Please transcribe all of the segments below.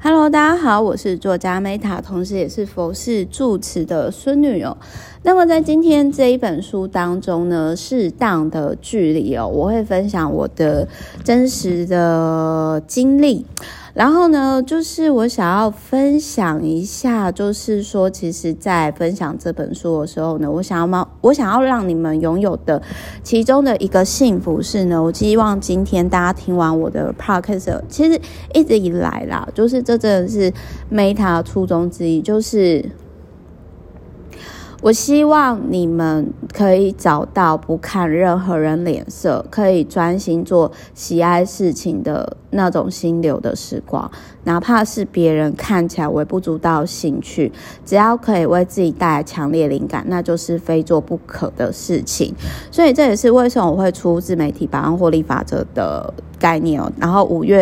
Hello， 大家好，我是作家 Meta， 同时也是佛系住持的孙女哦。那么在今天这一本书当中呢，适当的距离哦，我会分享我的真实的经历。然后呢，就是我想要分享一下，就是说，其实在分享这本书的时候呢，我想要让你们拥有的其中的一个幸福是呢，我希望今天大家听完我的 podcast， 其实一直以来啦，就是这真的是 Meta 的初衷之一，就是我希望你们可以找到不看任何人脸色，可以专心做喜爱事情的那种心流的时光，哪怕是别人看起来微不足道的兴趣，只要可以为自己带来强烈灵感，那就是非做不可的事情。所以这也是为什么我会出自媒体百万获利法则的概念哦。然后5月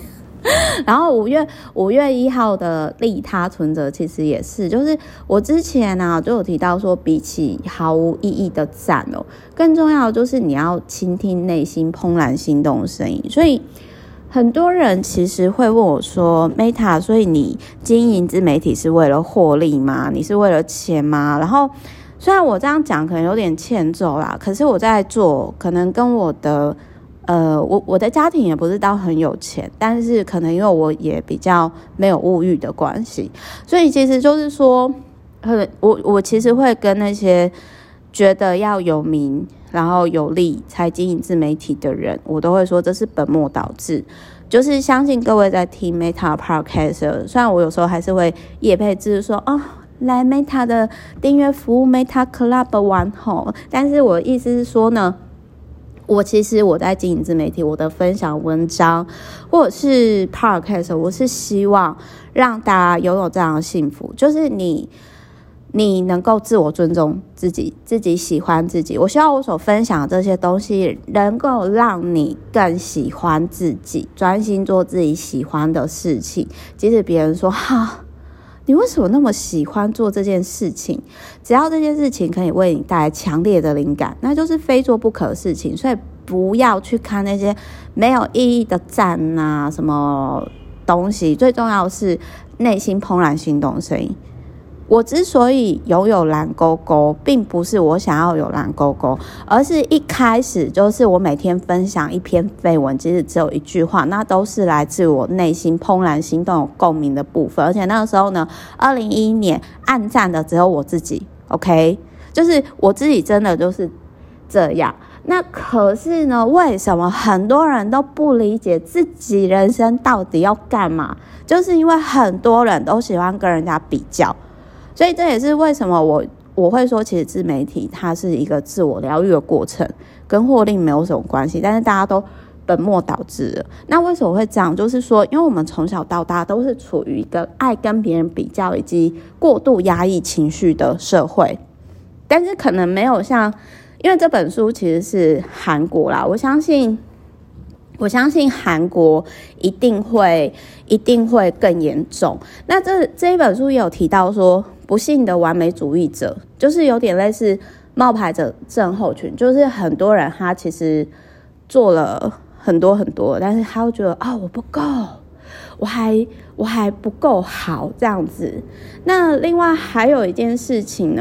1号的利他存折其实也是，就是我之前就有提到说，比起毫无意义的赞哦，更重要的就是你要倾听内心怦然心动的声音。所以很多人其实会问我说 Meta， 所以你经营自媒体是为了获利吗？你是为了钱吗？然后虽然我这样讲可能有点欠揍啦，可是我在做，可能跟我的我的家庭也不是到很有钱，但是可能因为我也比较没有物欲的关系，所以其实就是说，我其实会跟那些觉得要有名然后有利才经营自媒体的人，我都会说这是本末倒置。就是相信各位在听 Meta Podcast， 虽然我有时候还是会业配制说来 Meta 的订阅服务 Meta Club 玩吼，但是我的意思是说呢，其实我在经营自媒体，我的分享文章或者是 podcast， 我是希望让大家拥有这样的幸福，就是你能够自我尊重自己喜欢自己。我希望我所分享的这些东西能够让你更喜欢自己，专心做自己喜欢的事情。即使别人说你为什么那么喜欢做这件事情？只要这件事情可以为你带来强烈的灵感，那就是非做不可的事情。所以不要去看那些没有意义的赞什么东西，最重要的是内心怦然心动的声音。我之所以拥有蓝勾勾，并不是我想要有蓝勾勾，而是一开始就是我每天分享一篇废文，即使只有一句话，那都是来自我内心怦然心动有共鸣的部分。而且那个时候呢，2011年按赞的只有我自己 ，OK， 就是我自己真的就是这样。那可是呢，为什么很多人都不理解自己人生到底要干嘛？就是因为很多人都喜欢跟人家比较。所以这也是为什么我会说，其实自媒体它是一个自我疗愈的过程，跟获利没有什么关系，但是大家都本末倒置了。那为什么会这样？就是说，因为我们从小到大都是处于一个爱跟别人比较以及过度压抑情绪的社会，但是可能没有像，因为这本书其实是韩国啦，我相信韩国一定会更严重。那这一本书也有提到说，不幸的完美主义者，就是有点类似冒牌者症候群，就是很多人他其实做了很多，但是他会觉得我不够，我还不够好这样子。那另外还有一件事情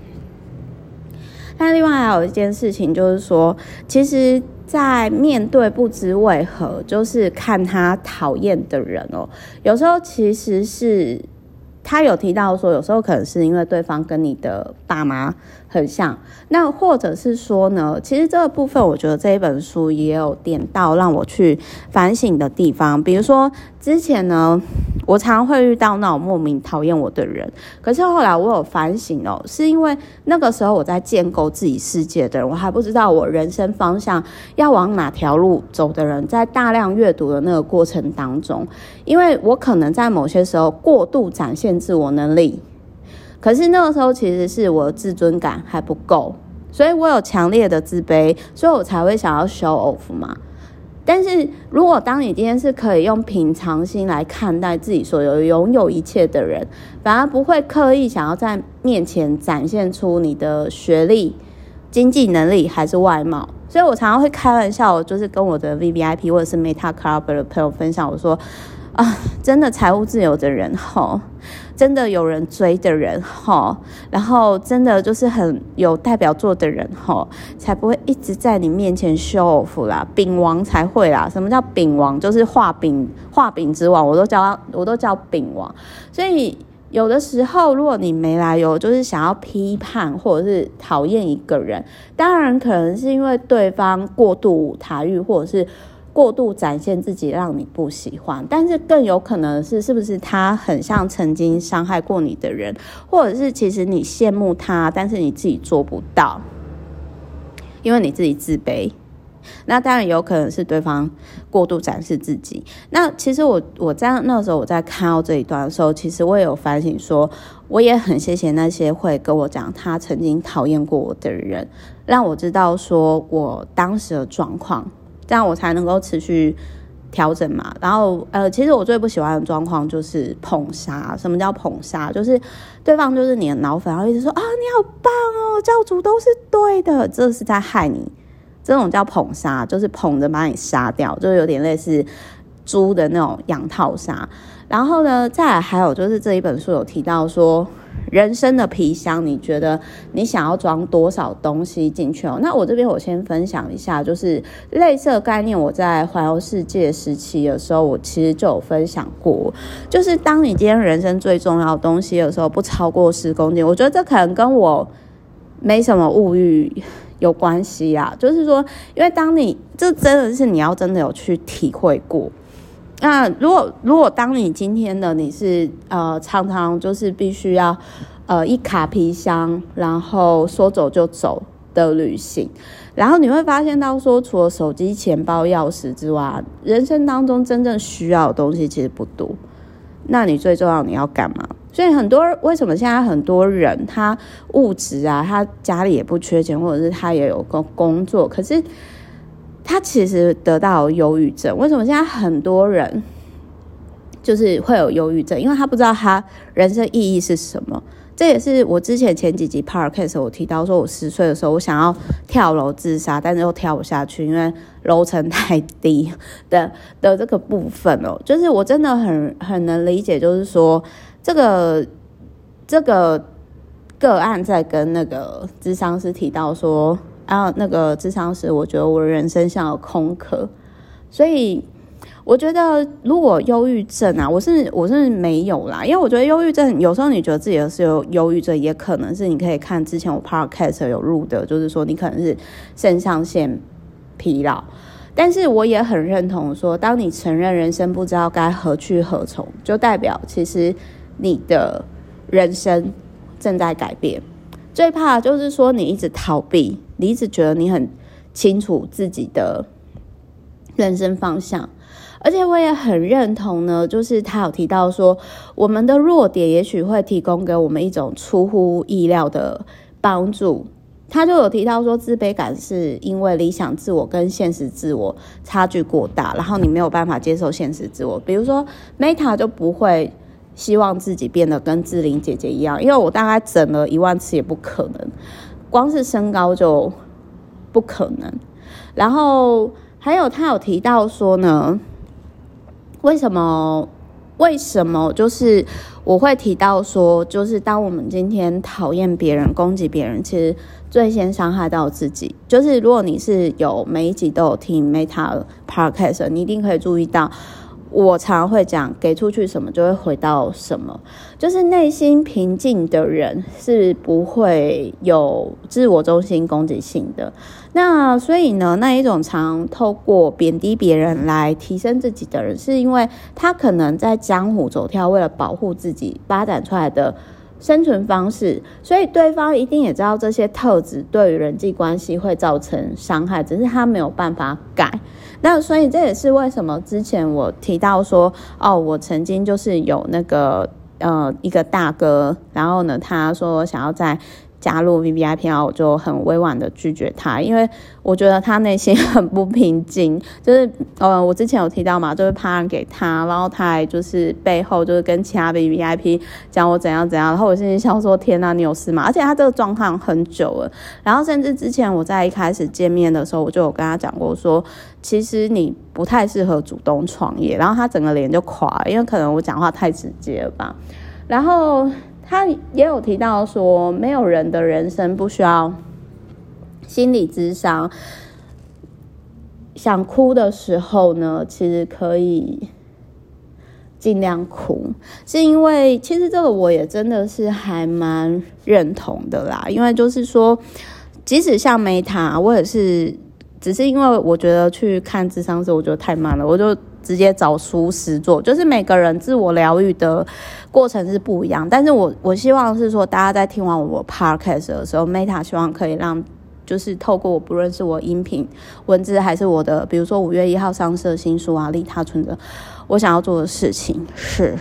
就是说，其实在面对不知为何，就是看他讨厌的人有时候其实是他有提到说，有时候可能是因为对方跟你的爸妈很像，那或者是说呢，其实这个部分我觉得这一本书也有点到让我去反省的地方。比如说之前呢，我常常会遇到那种莫名讨厌我的人，可是后来我有反省是因为那个时候我在建构自己世界的人，我还不知道我人生方向要往哪条路走的人，在大量阅读的那个过程当中，因为我可能在某些时候过度展现自我能力，可是那个时候其实是我的自尊感还不够，所以我有强烈的自卑，所以我才会想要 show off 嘛。但是如果当你今天是可以用平常心来看待自己所拥有一切的人，反而不会刻意想要在面前展现出你的学历、经济能力还是外貌。所以我常常会开玩笑，就是跟我的 VVIP 或者是 Meta Club 的朋友分享，我说真的财务自由的人真的有人追的人然后真的就是很有代表作的人才不会一直在你面前 show off 啦，饼王才会啦。什么叫饼王？就是画饼之王，我都叫饼王。所以有的时候如果你没来由就是想要批判或者是讨厌一个人，当然可能是因为对方过度舞台剧或者是过度展现自己让你不喜欢，但是更有可能是不是他很像曾经伤害过你的人，或者是其实你羡慕他，但是你自己做不到，因为你自己自卑。那当然有可能是对方过度展示自己。那其实我在那时候我在看到这一段的时候，其实我也有反省说，我也很谢谢那些会跟我讲他曾经讨厌过我的人，让我知道说我当时的状况，这样我才能够持续调整嘛。然后其实我最不喜欢的状况就是捧杀。什么叫捧杀？就是对方就是你的脑粉，然后一直说你好棒哦，教主都是对的，这是在害你。这种叫捧杀，就是捧着把你杀掉，就有点类似猪的那种养套杀。然后呢，再来还有就是这一本书有提到说，人生的皮箱，你觉得你想要装多少东西进去那我这边我先分享一下，就是类似的概念，我在环游世界时期的时候，我其实就有分享过，就是当你今天人生最重要的东西的时候，不超过10公斤，我觉得这可能跟我没什么物欲有关系啊。就是说，因为当你这真的是你要真的有去体会过。那如果当你今天的你是常常就是必须要一卡皮箱，然后说走就走的旅行，然后你会发现到说，除了手机、钱包、钥匙之外，人生当中真正需要的东西其实不多。那你最重要你要干嘛？所以为什么现在很多人他物质啊，他家里也不缺钱，或者是他也有个工作，可是他其实得到忧郁症。为什么现在很多人就是会有忧郁症？因为他不知道他人生意义是什么。这也是我之前几集 podcast 我提到说，我10岁的时候我想要跳楼自杀，但是又跳不下去，因为楼层太低的这个部分就是我真的很能理解，就是说这个个案在跟那个諮商师提到说那个諮商师，我觉得我的人生像有空壳，所以我觉得如果忧郁症我是没有啦，因为我觉得忧郁症有时候你觉得自己是有忧郁症，也可能是你可以看之前我 podcast 有录的，就是说你可能是肾上腺疲劳。但是我也很认同说，当你承认人生不知道该何去何从，就代表其实你的人生正在改变。最怕的就是说你一直逃避，你一直觉得你很清楚自己的人生方向。而且我也很认同呢，就是他有提到说，我们的弱点也许会提供给我们一种出乎意料的帮助。他就有提到说，自卑感是因为理想自我跟现实自我差距过大，然后你没有办法接受现实自我。比如说 Meta 就不会希望自己变得跟志玲姐姐一样，因为我大概整了10000次也不可能，光是身高就不可能。然后还有他有提到说呢，为什么就是我会提到说，就是当我们今天讨厌别人、攻击别人，其实最先伤害到自己。就是如果你是有每一集都有听 Meta Podcast， 你一定可以注意到，我常常会讲，给出去什么就会回到什么。就是内心平静的人是不会有自我中心攻击性的。那所以呢，那一种常透过贬低别人来提升自己的人，是因为他可能在江湖走跳，为了保护自己发展出来的生存方式，所以对方一定也知道这些特质对于人际关系会造成伤害，只是他没有办法改。那所以这也是为什么之前我提到说，我曾经就是有那个一个大哥，然后呢他说想要在加入 VVIP， 然后我就很委婉的拒绝他，因为我觉得他内心很不平静，就是我之前有提到嘛，就是怕人给他，然后他还就是背后就是跟其他 VVIP 讲我怎样怎样，然后我心里想说天哪，你有事吗？而且他这个状况很久了，然后甚至之前我在一开始见面的时候，我就有跟他讲过说，其实你不太适合主动创业，然后他整个脸就垮了，因为可能我讲话太直接了吧。然后他也有提到说，没有人的人生不需要心理咨商，想哭的时候呢，其实可以尽量哭，是因为其实这个我也真的是还蛮认同的啦，因为就是说，即使像Meta，我也是。只是因为我觉得去看諮商师我觉得太慢了，我就直接找书实作，就是每个人自我疗愈的过程是不一样，但是我希望是说大家在听完我 podcast 的时候 Meta 希望可以让就是透过我不论是我音频文字还是我的比如说5月1号上市的新书啊利他存的，我想要做的事情是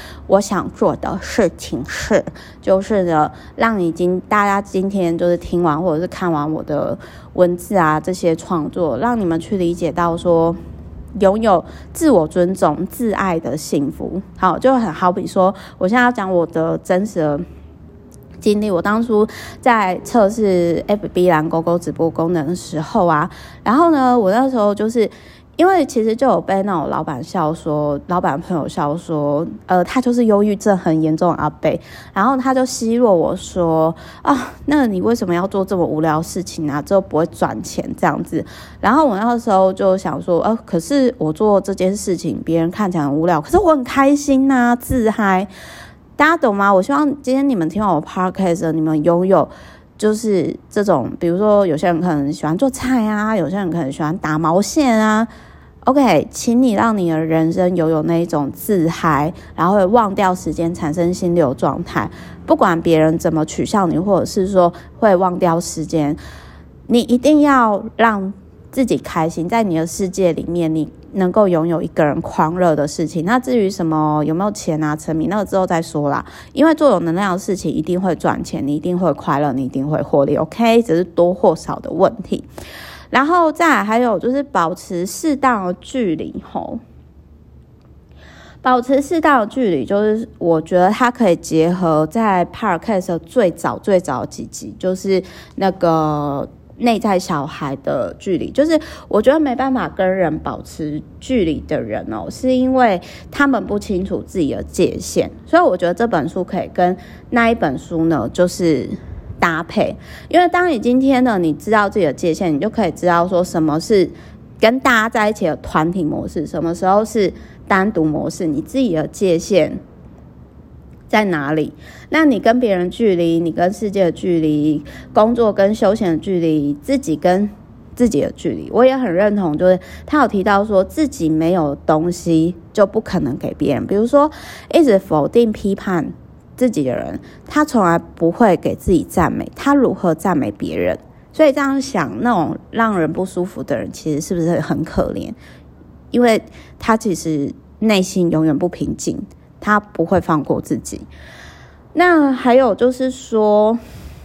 就是呢，让大家今天就是听完或者是看完我的文字啊这些创作，让你们去理解到说，拥有自我尊重、自爱的幸福。好，就很好比说，我现在要讲我的真实的经历。我当初在测试 FB 蓝勾勾直播功能的时候啊，然后呢，我那时候就是。因为其实就有被那种老板朋友笑说，他就是忧郁症很严重的阿伯，然后他就奚落我说，那你为什么要做这么无聊的事情啊？之后不会赚钱这样子。然后我那时候就想说，可是我做这件事情，别人看起来很无聊，可是我很开心啊，自嗨，大家懂吗？我希望今天你们听完我 podcast， 你们拥有。就是这种，比如说有些人可能喜欢做菜啊，有些人可能喜欢打毛线啊。OK， 请你让你的人生拥有那一种自嗨，然后会忘掉时间，产生心流状态。不管别人怎么取笑你，或者是说会忘掉时间，你一定要让自己开心，在你的世界里面，你能够拥有一个人狂热的事情。那至于什么有没有钱啊、沉迷，那个之后再说啦。因为做有能量的事情一定会赚钱，你一定会快乐，你一定会获利 OK， 只是多或少的问题。然后再来还有就是保持适当的距离吼。保持适当的距离，就是我觉得它可以结合在 Podcast 最早几集，就是那个内在小孩的距离，就是我觉得没办法跟人保持距离的人是因为他们不清楚自己的界限，所以我觉得这本书可以跟那一本书呢就是搭配，因为当你今天呢你知道自己的界限，你就可以知道说什么是跟大家在一起的团体模式，什么时候是单独模式，你自己的界限在哪里？那你跟别人距离，你跟世界的距离，工作跟休闲的距离，自己跟自己的距离，我也很认同。就是他有提到说，自己没有东西就不可能给别人。比如说，一直否定批判自己的人，他从来不会给自己赞美，他如何赞美别人？所以这样想，那种让人不舒服的人，其实是不是很可怜？因为他其实内心永远不平静。他不会放过自己。那还有就是说，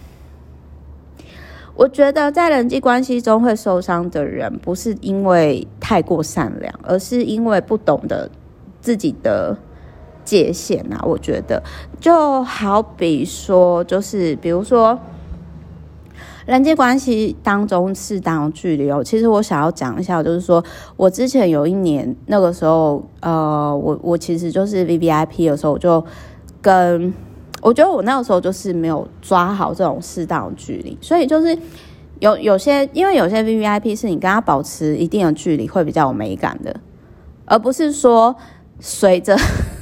我觉得在人际关系中会受伤的人，不是因为太过善良，而是因为不懂得自己的界限啊。我觉得就好比说，就是比如说人际关系当中适当的距离其实我想要讲一下，就是说我之前有一年那个时候，我其实就是 VVIP 的时候，我觉得我那个时候就是没有抓好这种适当的距离，所以就是有些因为有些 VVIP 是你跟他保持一定的距离会比较有美感的，而不是说随着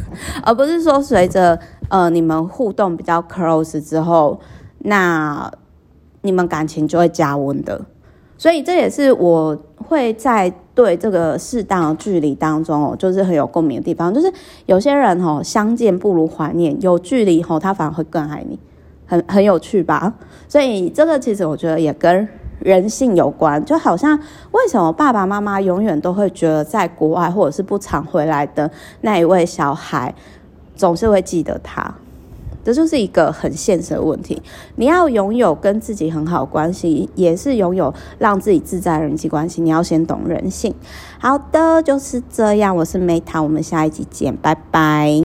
你们互动比较 close 之后，那你们感情就会加温的。所以这也是我会在对这个适当的距离当中就是很有共鸣的地方。就是有些人相见不如怀念，有距离他反而会更爱你，很有趣吧。所以这个其实我觉得也跟人性有关，就好像为什么爸爸妈妈永远都会觉得在国外或者是不常回来的那一位小孩总是会记得他。 这就是一个很现实的问题。你要拥有跟自己很好的关系，也是拥有让自己自在的人际关系，你要先懂人性。好的，就是这样，我是Meta，我们下一集见，拜拜。